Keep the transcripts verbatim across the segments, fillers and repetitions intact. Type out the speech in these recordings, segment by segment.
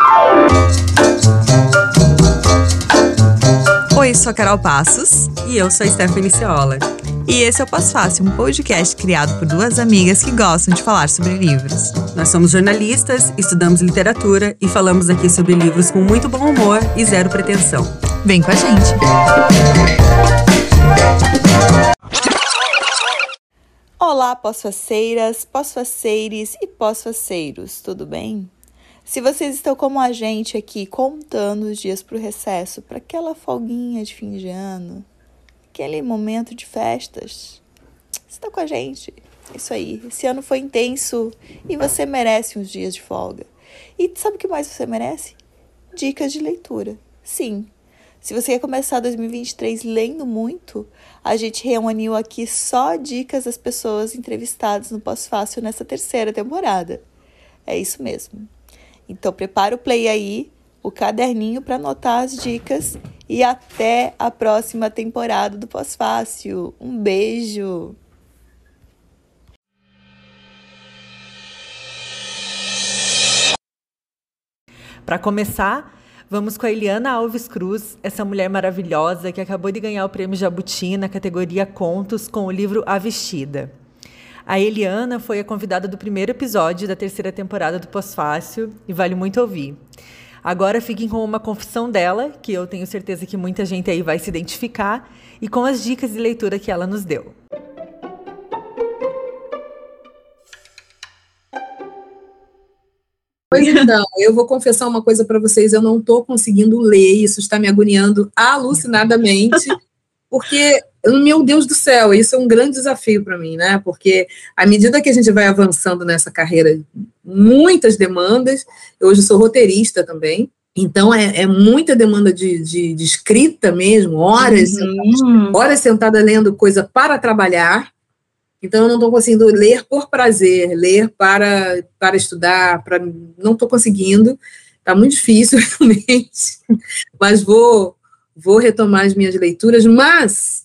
Oi, sou a Carol Passos. E eu sou a Stephanie Ciola. E esse é o Pós Fácil, um podcast criado por duas amigas que gostam de falar sobre livros. Nós somos jornalistas, estudamos literatura e falamos aqui sobre livros com muito bom humor e zero pretensão. Vem com a gente! Olá, pós-faceiras, pós-faceires e pós-faceiros, tudo bem? Se vocês estão como a gente aqui, contando os dias para o recesso, para aquela folguinha de fim de ano, aquele momento de festas, você está com a gente. Isso aí, esse ano foi intenso e você merece uns dias de folga. E sabe o que mais você merece? Dicas de leitura. Sim, se você quer começar dois mil e vinte e três lendo muito, a gente reuniu aqui só dicas das pessoas entrevistadas no Pós-Fácil nessa terceira temporada. É isso mesmo. Então prepara o play aí, o caderninho para anotar as dicas e até a próxima temporada do Pós-Fácil. Um beijo! Para começar, vamos com a Eliana Alves Cruz, essa mulher maravilhosa que acabou de ganhar o prêmio Jabuti na categoria Contos com o livro A Vestida. A Eliana foi a convidada do primeiro episódio da terceira temporada do Pós-Fácil e vale muito ouvir. Agora fiquem com uma confissão dela, que eu tenho certeza que muita gente aí vai se identificar, e com as dicas de leitura que ela nos deu. Pois então, eu vou confessar uma coisa para vocês, eu não estou conseguindo ler, isso está me agoniando alucinadamente, porque, meu Deus do céu, isso é um grande desafio para mim, né? Porque à medida que a gente vai avançando nessa carreira, muitas demandas, eu hoje sou roteirista também, então é, é muita demanda de, de, de escrita mesmo, horas, uhum. horas sentada lendo coisa para trabalhar. Então, eu não estou conseguindo ler por prazer, ler para, para estudar, para, não estou conseguindo, está muito difícil, realmente, mas vou, vou retomar as minhas leituras, mas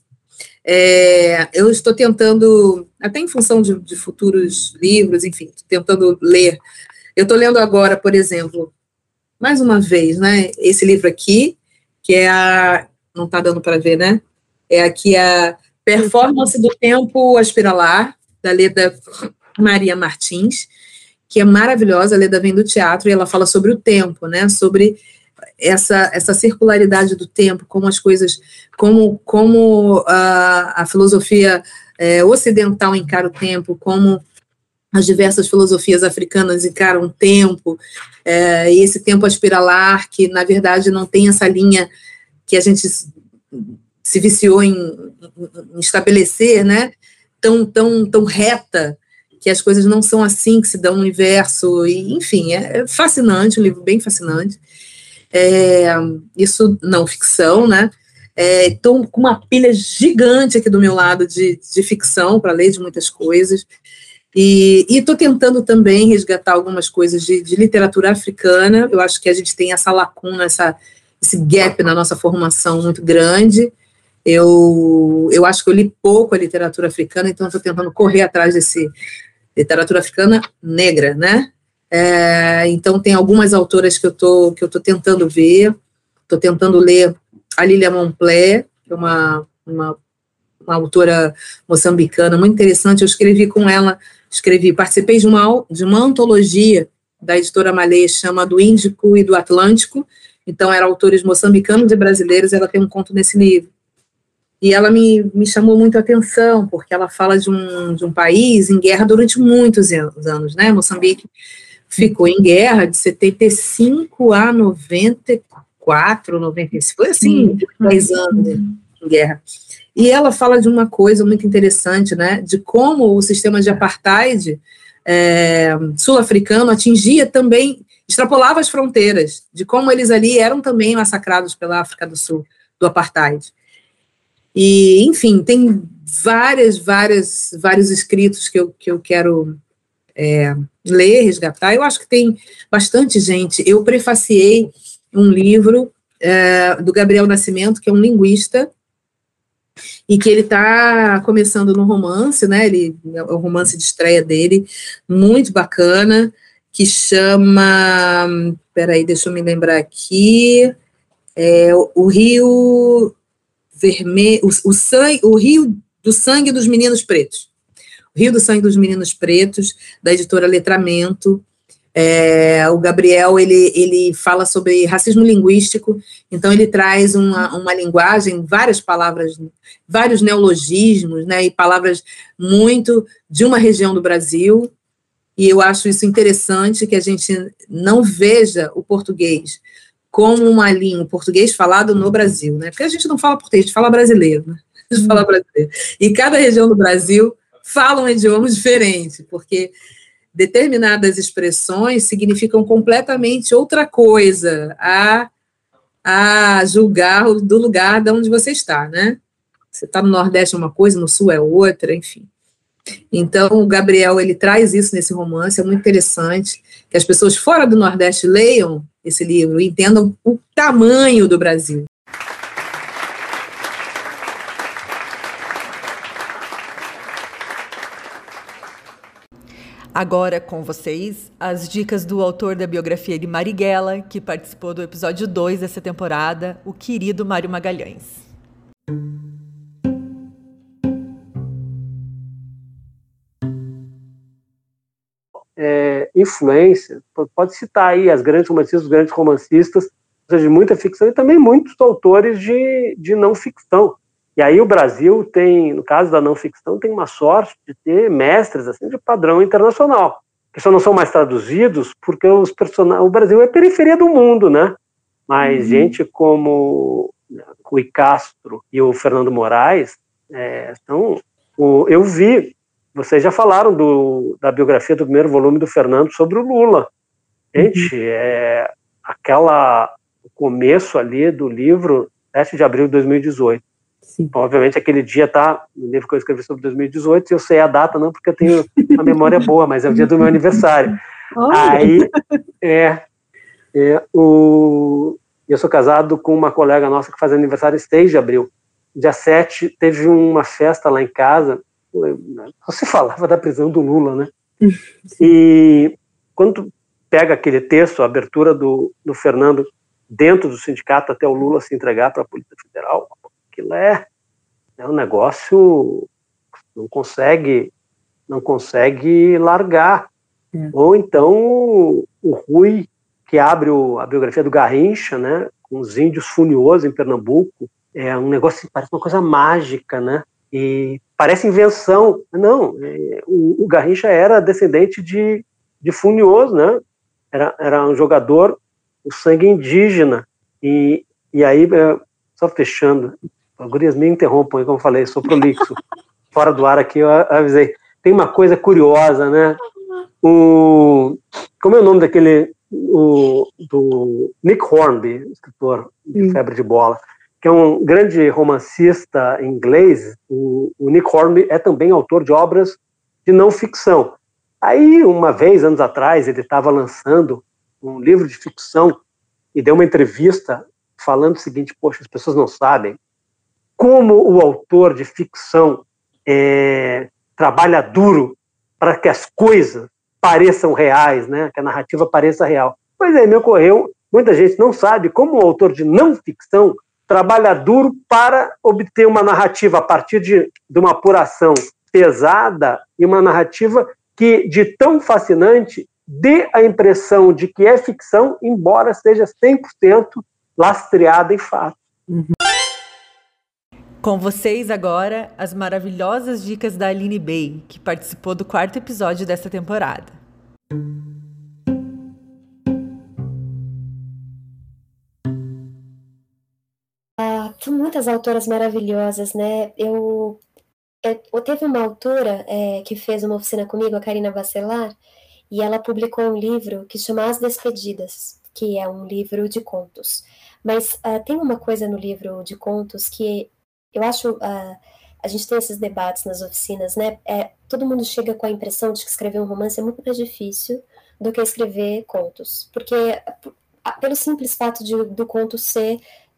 é, eu estou tentando, até em função de, de futuros livros, enfim, tentando ler. Eu estou lendo agora, por exemplo, mais uma vez, né, esse livro aqui, que é a, não está dando para ver, né, é aqui a Performance do Tempo Aspiralar, da Leda Maria Martins, que é maravilhosa. A Leda vem do teatro e ela fala sobre o tempo, né? Sobre essa, essa circularidade do tempo, como as coisas, como, como a, a filosofia é, ocidental encara o tempo, como as diversas filosofias africanas encaram o tempo, é, e esse tempo aspiralar, que na verdade não tem essa linha que a gente se viciou em, em estabelecer, né, tão, tão, tão reta, que as coisas não são assim que se dão no universo, e, enfim, é fascinante, um livro bem fascinante. É, isso não ficção, né, estou com uma pilha gigante aqui do meu lado de, de ficção, para ler de muitas coisas, e estou tentando também resgatar algumas coisas de, de literatura africana. Eu acho que a gente tem essa lacuna, essa, esse gap na nossa formação muito grande. Eu, eu acho que eu li pouco a literatura africana, então estou tentando correr atrás desse literatura africana negra, né? É, então tem algumas autoras que eu tô, que eu estou tentando ver, estou tentando ler a Lilia Monplé, que é uma, uma, uma autora moçambicana muito interessante. Eu escrevi com ela, escrevi, participei de uma, de uma antologia da editora Malê, chama Do Índico e do Atlântico, então eram autores moçambicanos e brasileiros, ela tem um conto nesse livro. E ela me, me chamou muito a atenção, porque ela fala de um, de um país em guerra durante muitos anos, né? Moçambique ficou em guerra de setenta e cinco a noventa e quatro, noventa e cinco, foi assim, dez anos em guerra. E ela fala de uma coisa muito interessante, né? De como o sistema de apartheid é, sul-africano atingia também, extrapolava as fronteiras, de como eles ali eram também massacrados pela África do Sul, do apartheid. E, enfim, tem várias, várias, vários escritos que eu, que eu quero é, ler, resgatar. Eu acho que tem bastante gente. Eu prefaciei um livro é, do Gabriel Nascimento, que é um linguista, e que ele está começando no romance, né? Ele, é o romance de estreia dele, muito bacana, que chama, peraí, deixa eu me lembrar aqui, é, o Rio Vermelho, o, o, sangue, o Rio do Sangue dos Meninos Pretos, o Rio do Sangue dos Meninos Pretos, da editora Letramento. É, o Gabriel, ele, ele fala sobre racismo linguístico, então ele traz uma, uma linguagem, várias palavras, vários neologismos, né, e palavras muito de uma região do Brasil, e eu acho isso interessante, que a gente não veja o português como uma língua, o português falado no Brasil, né, porque a gente não fala português, a gente fala brasileiro, né, a gente fala brasileiro, e cada região do Brasil fala um idioma diferente, porque determinadas expressões significam completamente outra coisa a, a julgar do lugar de onde você está, né? Você está no Nordeste é uma coisa, no Sul é outra, enfim. Então, o Gabriel, ele traz isso nesse romance, é muito interessante, que as pessoas fora do Nordeste leiam esse livro e entendam o tamanho do Brasil. Agora com vocês, as dicas do autor da biografia de Marighella, que participou do episódio dois dessa temporada, o querido Mário Magalhães. É, influência, pode citar aí as grandes romancistas, os grandes romancistas, ou seja, de muita ficção, e também muitos autores de, de não ficção. E aí o Brasil tem, no caso da não ficção, tem uma sorte de ter mestres assim, de padrão internacional, que só não são mais traduzidos porque os person... o Brasil é periferia do mundo, né? Mas uhum. gente como Rui Castro e o Fernando Moraes, é, são, o, eu vi, vocês já falaram do, da biografia do primeiro volume do Fernando sobre o Lula. Gente, uhum. é, aquela, o começo ali do livro, sete de abril de dois mil e dezoito. Sim. Obviamente, aquele dia tá no livro que eu escrevi sobre dois mil e dezoito, e eu sei a data não porque eu tenho uma memória boa, mas é o dia do meu aniversário. Oh. Aí, é, é, o, eu sou casado com uma colega nossa que faz aniversário seis de abril. Dia sete, teve uma festa lá em casa, você falava da prisão do Lula, né? E quando tu pega aquele texto, a abertura do, do Fernando dentro do sindicato até o Lula se entregar para a Polícia Federal, aquilo é, é um negócio não consegue não consegue largar. É. Ou então o, o Rui, que abre o, a biografia do Garrincha, né, com os índios funiosos em Pernambuco, é um negócio que parece uma coisa mágica, né, e parece invenção. Não, é, o, o Garrincha era descendente de, de funioso, né, era, era um jogador, o sangue indígena, e, e aí, só fechando, gurias me interrompam, como eu falei, sou prolixo, fora do ar aqui eu avisei. Tem uma coisa curiosa, né? O, como é o nome daquele, o, do Nick Hornby, escritor de Febre de Bola, que é um grande romancista inglês. O, o Nick Hornby é também autor de obras de não ficção. Aí, uma vez, anos atrás, ele estava lançando um livro de ficção e deu uma entrevista falando o seguinte: poxa, as pessoas não sabem como o autor de ficção é, trabalha duro para que as coisas pareçam reais, né? Que a narrativa pareça real. Pois é, me ocorreu, muita gente não sabe como o autor de não ficção trabalha duro para obter uma narrativa a partir de, de uma apuração pesada e uma narrativa que, de tão fascinante, dê a impressão de que é ficção, embora seja cem por cento lastreada em fato. Uhum. Com vocês agora, as maravilhosas dicas da Aline Bey, que participou do quarto episódio dessa temporada. Ah, são muitas autoras maravilhosas, né? Eu, eu, eu teve uma autora é, que fez uma oficina comigo, a Karina Bacelar, e ela publicou um livro que chama As Despedidas, que é um livro de contos. Mas uh, tem uma coisa no livro de contos que eu acho, uh, a gente tem esses debates nas oficinas, né? É, todo mundo chega com a impressão de que escrever um romance é muito mais difícil do que escrever contos. Porque, pelo simples fato de, do conto ser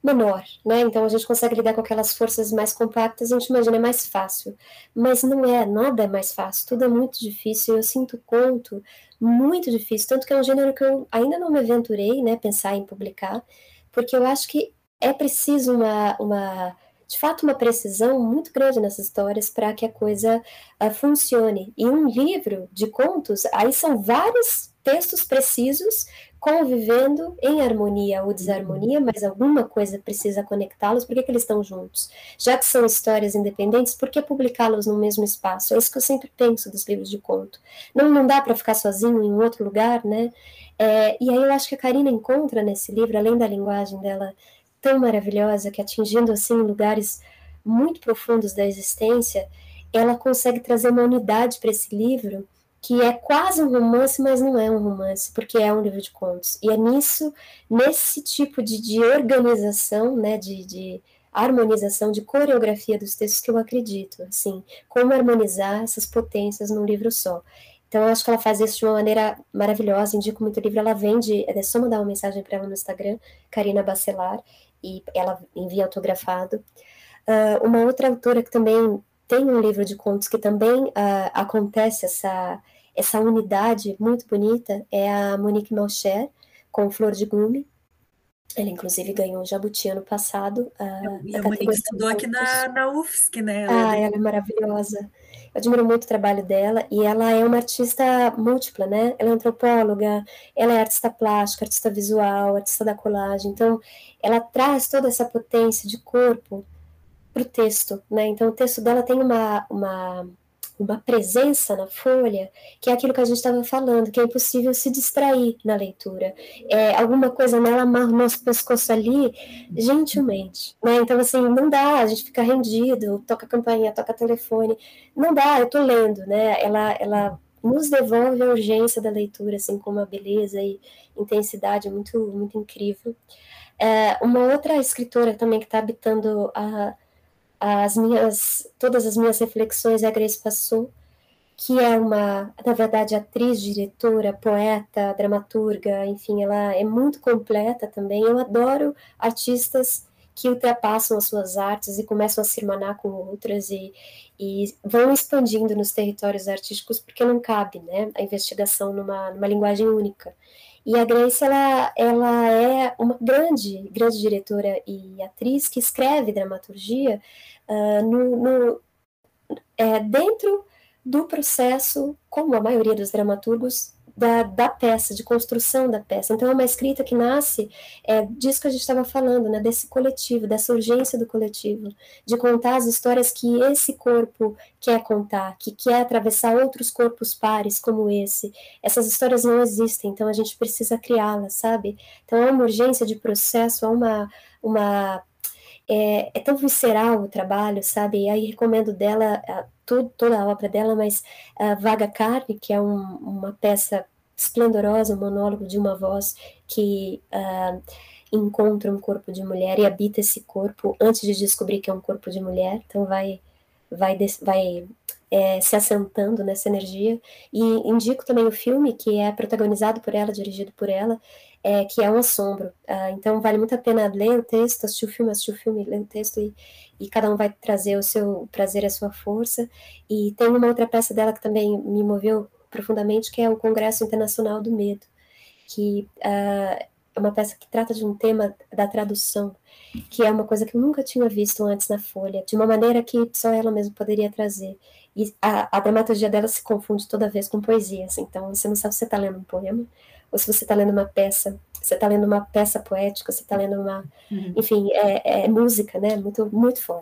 menor, né? Então a gente consegue lidar com aquelas forças mais compactas, a gente imagina é mais fácil, mas não é, nada é mais fácil, tudo é muito difícil. Eu sinto conto muito difícil, tanto que é um gênero que eu ainda não me aventurei, né, pensar em publicar, porque eu acho que é preciso uma, uma de fato uma precisão muito grande nessas histórias para que a coisa uh, funcione. E um livro de contos, aí são vários textos precisos convivendo em harmonia ou desarmonia, mas alguma coisa precisa conectá-los. Por que, que eles estão juntos? Já que são histórias independentes, por que publicá-los no mesmo espaço? É isso que eu sempre penso dos livros de conto. Não, não dá para ficar sozinho em outro lugar, né? É, e aí eu acho que a Karina encontra nesse livro, além da linguagem dela tão maravilhosa, que atingindo assim lugares muito profundos da existência, ela consegue trazer uma unidade para esse livro, que é quase um romance, mas não é um romance, porque é um livro de contos. E é nisso, nesse tipo de, de organização, né, de, de harmonização, de coreografia dos textos que eu acredito, assim, como harmonizar essas potências num livro só. Então, eu acho que ela faz isso de uma maneira maravilhosa, indico muito o livro, ela vende, é só mandar uma mensagem para ela no Instagram, Karina Bacelar, e ela envia autografado. Uh, uma outra autora que também tem um livro de contos que também uh, acontece essa, essa unidade muito bonita, é a Monique Malcher, com Flor de Gume. Ela, inclusive, ganhou o Jabuti ano passado. Uh, e a Monique estudou aqui na, na U F S C, né? Ela ah, é ela é maravilhosa. Eu admiro muito o trabalho dela, e ela é uma artista múltipla, né? Ela é antropóloga, ela é artista plástica, artista visual, artista da colagem. Então, ela traz toda essa potência de corpo para o texto, né? Então, o texto dela tem uma, uma, uma presença na folha, que é aquilo que a gente estava falando, que é impossível se distrair na leitura. É, alguma coisa nela amarra o nosso pescoço ali, gentilmente, né? Então, assim, não dá, a gente fica rendido, toca a campainha, toca telefone, não dá, eu tô lendo, né? Ela, ela nos devolve a urgência da leitura, assim, com uma beleza e intensidade muito, muito incrível. É, uma outra escritora também que está habitando a As minhas, todas as minhas reflexões é a Grace Passou, que é uma, na verdade, atriz, diretora, poeta, dramaturga, enfim, ela é muito completa também. Eu adoro artistas que ultrapassam as suas artes e começam a se irmanar com outras e, e vão expandindo nos territórios artísticos, porque não cabe, né, a investigação numa, numa linguagem única. E a Grace, ela, ela é uma grande, grande diretora e atriz que escreve dramaturgia uh, no, no, é, dentro do processo, como a maioria dos dramaturgos, da, da peça, de construção da peça. Então, é uma escrita que nasce é, disso que a gente estava falando, né, desse coletivo, dessa urgência do coletivo, de contar as histórias que esse corpo quer contar, que quer atravessar outros corpos pares como esse. Essas histórias não existem, então a gente precisa criá-las, sabe? Então, há uma urgência de processo, há uma... uma é, é tão visceral o trabalho, sabe? E aí recomendo dela, a, tudo, toda a obra dela, mas a Vaga Carne, que é um, uma peça esplendorosa, um monólogo de uma voz que uh, encontra um corpo de mulher e habita esse corpo antes de descobrir que é um corpo de mulher, então vai, vai, vai é, se assentando nessa energia. E indico também o filme, que é protagonizado por ela, dirigido por ela, É, que é um assombro. Uh, então vale muito a pena ler o texto, assistir o filme, assistir o filme, ler o texto, e, e cada um vai trazer o seu prazer, a sua força. E tem uma outra peça dela que também me moveu profundamente, que é o Congresso Internacional do Medo, que uh, é uma peça que trata de um tema da tradução, que é uma coisa que eu nunca tinha visto antes na Folha, de uma maneira que só ela mesma poderia trazer. E a, a dramaturgia dela se confunde toda vez com poesia, assim, então você não sabe se você está lendo um poema, ou se você está lendo uma peça, você está lendo uma peça poética, você está lendo uma... Uhum. Enfim, é, é música, né? Muito, muito forte.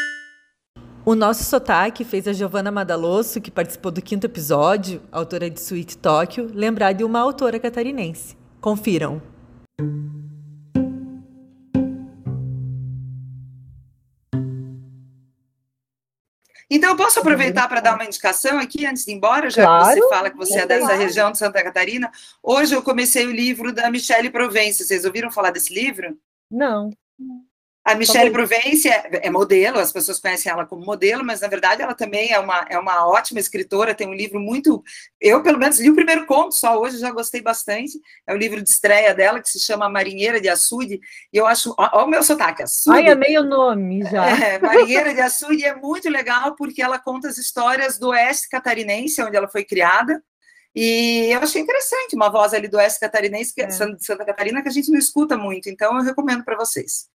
O Nosso Sotaque fez a Giovanna Madalosso, que participou do quinto episódio, autora de Sweet Tóquio, lembrar de uma autora catarinense. Confiram. Então, eu posso aproveitar para dar uma indicação aqui, antes de ir embora, já Claro, que você fala que você é dessa claro. região de Santa Catarina. Hoje eu comecei o livro da Michele Provence. Vocês ouviram falar desse livro? Não. A Michelle Provence é, é modelo, as pessoas conhecem ela como modelo, mas na verdade ela também é uma, é uma ótima escritora, tem um livro muito... Eu, pelo menos, li o primeiro conto só hoje, já gostei bastante. É o livro de estreia dela, que se chama Marinheira de Açude, e eu acho... Olha o meu sotaque, Açude. Ai, amei o nome já. É, Marinheira de Açude é muito legal, porque ela conta as histórias do oeste catarinense, onde ela foi criada, e eu achei interessante, uma voz ali do oeste catarinense, que é. de Santa Catarina, que a gente não escuta muito, então eu recomendo para vocês.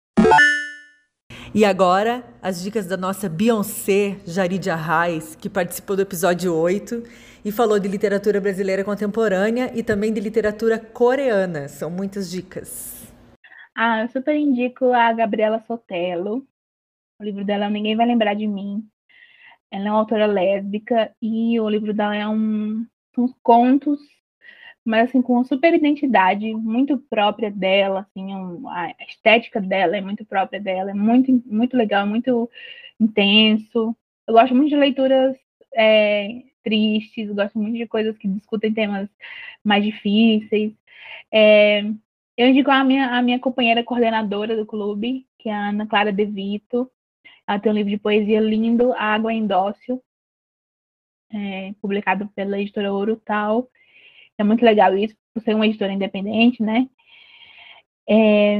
E agora, as dicas da nossa Beyoncé, Jaride Arraes, que participou do episódio oito e falou de literatura brasileira contemporânea e também de literatura coreana. São muitas dicas. Ah, eu super indico a Gabriela Sotelo. O livro dela, Ninguém Vai Lembrar de Mim. Ela é uma autora lésbica e o livro dela é um, uns contos, mas assim, com uma super identidade muito própria dela, assim, um, a estética dela é muito própria dela, é muito, muito legal, muito intenso. Eu gosto muito de leituras é, tristes, eu gosto muito de coisas que discutem temas mais difíceis. É, eu indico a minha, a minha companheira coordenadora do clube, que é a Ana Clara De Vito. Ela tem um livro de poesia lindo, Água em Dócil, é, publicado pela editora Urutau. É muito legal isso, por ser uma editora independente, né? É...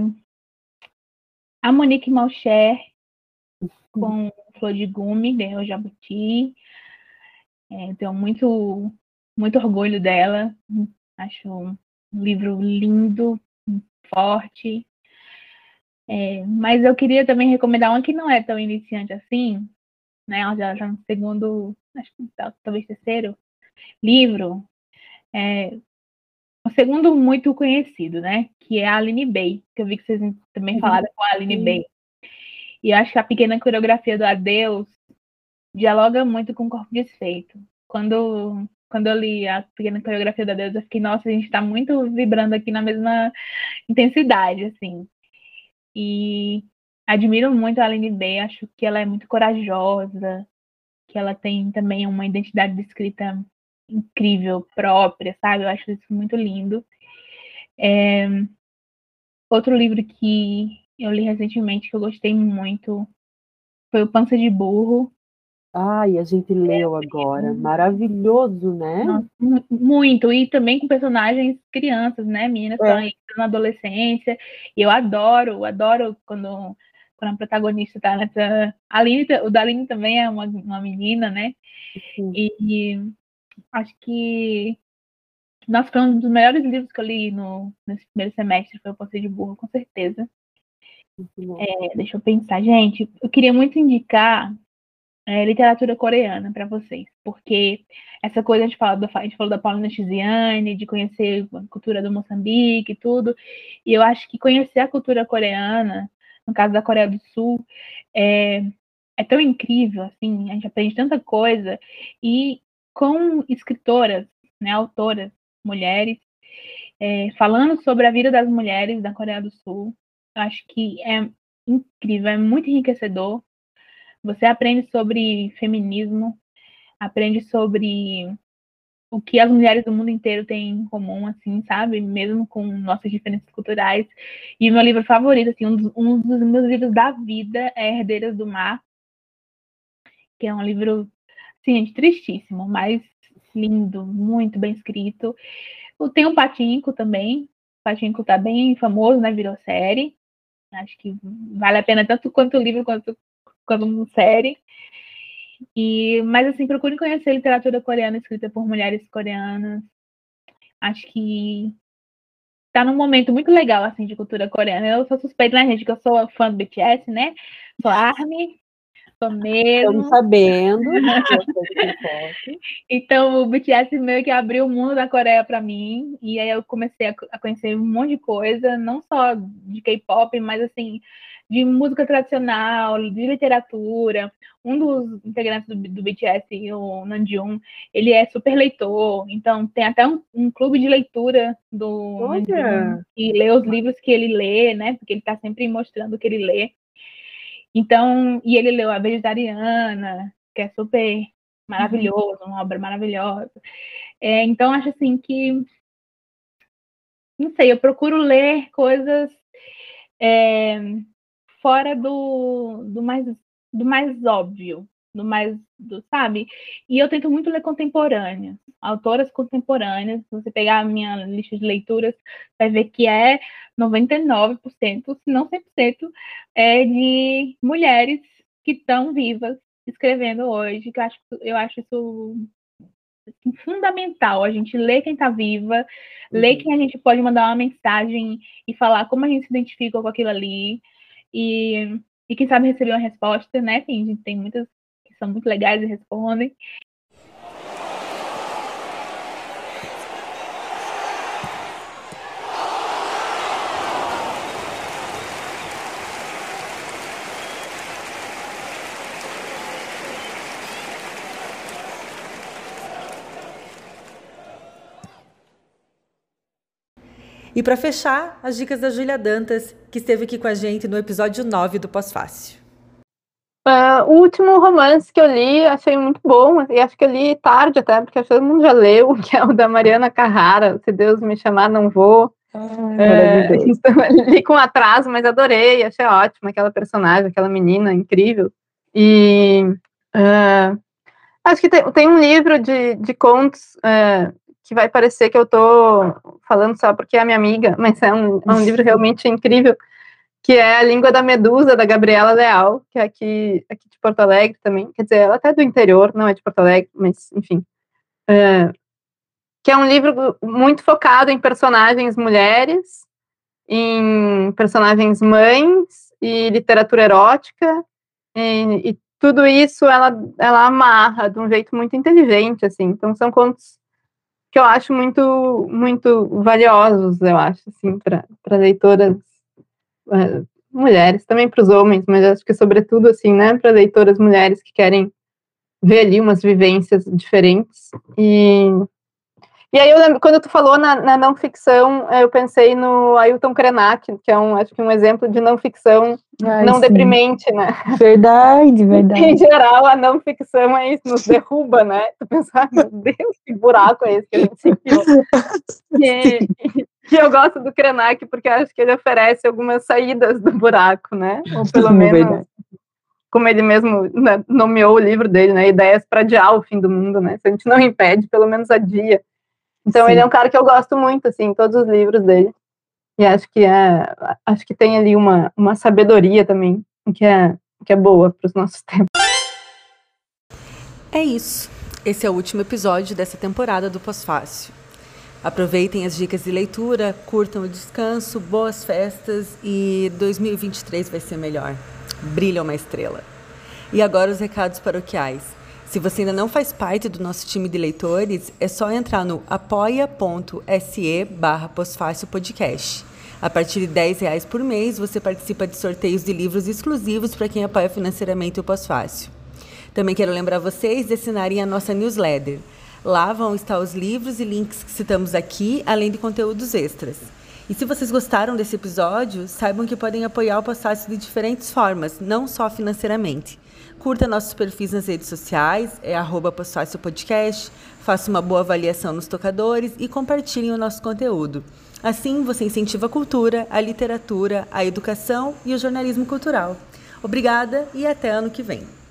A Monique Malcher, com Flor de Gume, ganhou o Jabuti. É, tenho muito, muito orgulho dela. Acho um livro lindo, forte. É, mas eu queria também recomendar uma que não é tão iniciante assim, né? Ela já está no segundo, acho que talvez terceiro livro. É, o segundo muito conhecido, né? Que é a Aline Bay, que eu vi que vocês também falaram com a Aline Bay. E eu acho que a pequena coreografia do Adeus dialoga muito com o Corpo Desfeito. Quando, quando eu li a pequena coreografia do Adeus, eu fiquei, nossa, a gente está muito vibrando aqui na mesma intensidade, assim. E admiro muito a Aline Bay, acho que ela é muito corajosa, que ela tem também uma identidade de escrita incrível, própria, sabe? Eu acho isso muito lindo. É... Outro livro que eu li recentemente, que eu gostei muito, foi o Pança de Burro. Ai, a gente leu agora. Maravilhoso, né? Nossa, muito. E também com personagens crianças, né? Meninas que estão é. na adolescência. E eu adoro, adoro quando, quando a protagonista tá nessa... A Aline, o da Aline também é uma, uma menina, né? E, e acho que nossa, foi um dos melhores livros que eu li no, nesse primeiro semestre, foi o Pança de Burro, com certeza. É, deixa eu pensar. Gente, eu queria muito indicar é, literatura coreana para vocês, porque essa coisa, a gente, fala do, a gente falou da Paulina Tiziane, de conhecer a cultura do Moçambique e tudo, e eu acho que conhecer a cultura coreana, no caso da Coreia do Sul, é, é tão incrível, assim, a gente aprende tanta coisa, e com escritoras, né, autoras, mulheres, é, falando sobre a vida das mulheres da Coreia do Sul, eu acho que é incrível, é muito enriquecedor. Você aprende sobre feminismo, aprende sobre o que as mulheres do mundo inteiro têm em comum, assim, sabe? Mesmo com nossas diferenças culturais. E o meu livro favorito, assim, um dos, um dos meus livros da vida é Herdeiras do Mar, que é um livro, assim, tristíssimo, mas lindo, muito bem escrito. Tem o Patinco também. O Patinco tá bem famoso, né? Virou série. Acho que vale a pena tanto quanto o livro quanto quanto uma série. E, mas assim, procure conhecer literatura coreana escrita por mulheres coreanas. Acho que tá num momento muito legal, assim, de cultura coreana. Eu sou suspeita, né, gente, que eu sou fã do B T S, né? Sou ARMY, sou mesmo. Estamos sabendo. Então, o B T S meio que abriu o mundo da Coreia para mim. E aí eu comecei a conhecer um monte de coisa, não só de K-pop, mas assim, de música tradicional, de literatura. Um dos integrantes do, do B T S, o Namjoon, ele é super leitor, então tem até um, um clube de leitura do Namjoon, que lê os livros que ele lê, né? Porque ele está sempre mostrando o que ele lê. Então, e ele leu A Vegetariana, que é super maravilhoso, uma obra maravilhosa. É, então, acho assim que, não sei, eu procuro ler coisas é, fora do, do, mais, do mais óbvio, do mais, do, sabe? E eu tento muito ler contemporâneas, autoras contemporâneas. Se você pegar a minha lista de leituras, vai ver que é noventa e nove por cento, se não cem por cento, é de mulheres que estão vivas, escrevendo hoje, que eu acho, eu acho isso fundamental, a gente lê quem está viva, uhum. lê quem a gente pode mandar uma mensagem e falar como a gente se identifica com aquilo ali, e, e quem sabe receber uma resposta, né? Tem, a gente tem muitas que são muito legais e respondem. E para fechar, as dicas da Júlia Dantas, que esteve aqui com a gente no episódio nove do Pós-Fácil. Uh, o último romance que eu li, achei muito bom, e acho que eu li tarde até, porque acho que todo mundo já leu, que é o da Mariana Carrara, Se Deus Me Chamar, Não Vou. Ah, é, então, li com atraso, mas adorei, achei ótimo, aquela personagem, aquela menina incrível. E uh, acho que tem, tem um livro de, de contos... Uh, que vai parecer que eu tô falando só porque é minha amiga, mas é um, é um livro realmente incrível, que é A Língua da Medusa, da Gabriela Leal, que é aqui, aqui de Porto Alegre também, quer dizer, ela até é do interior, não é de Porto Alegre, mas enfim. É, que é um livro muito focado em personagens mulheres, em personagens mães, e literatura erótica, e, e tudo isso ela, ela amarra de um jeito muito inteligente, assim, então são contos que eu acho muito, muito valiosos, eu acho, assim, para leitoras uh, mulheres, também para os homens, mas acho que sobretudo, assim, né, para leitoras mulheres que querem ver ali umas vivências diferentes. E, e aí eu lembro, quando tu falou na, na não ficção, eu pensei no Ailton Krenak, que é um, acho que um exemplo de não ficção Ai, não sim. deprimente, né? Verdade, verdade. Em geral, a não ficção é isso, nos derruba, né? Tu pensa, ah, meu Deus, que buraco é esse que a gente se enfiou. E, e, e eu gosto do Krenak porque acho que ele oferece algumas saídas do buraco, né? Ou pelo sim, menos, verdade. Como ele mesmo, né, nomeou o livro dele, né? Ideias para adiar o fim do mundo, né? Se a gente não impede, pelo menos adia. Então, sim. ele é um cara que eu gosto muito, assim, todos os livros dele. E acho que é, acho que tem ali uma, uma sabedoria também, que é, que é boa para os nossos tempos. É isso. Esse é o último episódio dessa temporada do Pós-Fácil. Aproveitem as dicas de leitura, curtam o descanso, boas festas e dois mil e vinte e três vai ser melhor. Brilha uma estrela. E agora os recados paroquiais. Se você ainda não faz parte do nosso time de leitores, é só entrar no apoia.se barra Pós-Fácil Podcast. A partir de dez reais por mês, você participa de sorteios de livros exclusivos para quem apoia financeiramente o Pós-Fácil. Também quero lembrar vocês de assinarem a nossa newsletter. Lá vão estar os livros e links que citamos aqui, além de conteúdos extras. E se vocês gostaram desse episódio, saibam que podem apoiar o Pós-Fácil de diferentes formas, não só financeiramente. Curta nossos perfis nas redes sociais, é arroba Pós-Fácil Podcast, faça uma boa avaliação nos tocadores e compartilhem o nosso conteúdo. Assim, você incentiva a cultura, a literatura, a educação e o jornalismo cultural. Obrigada e até ano que vem.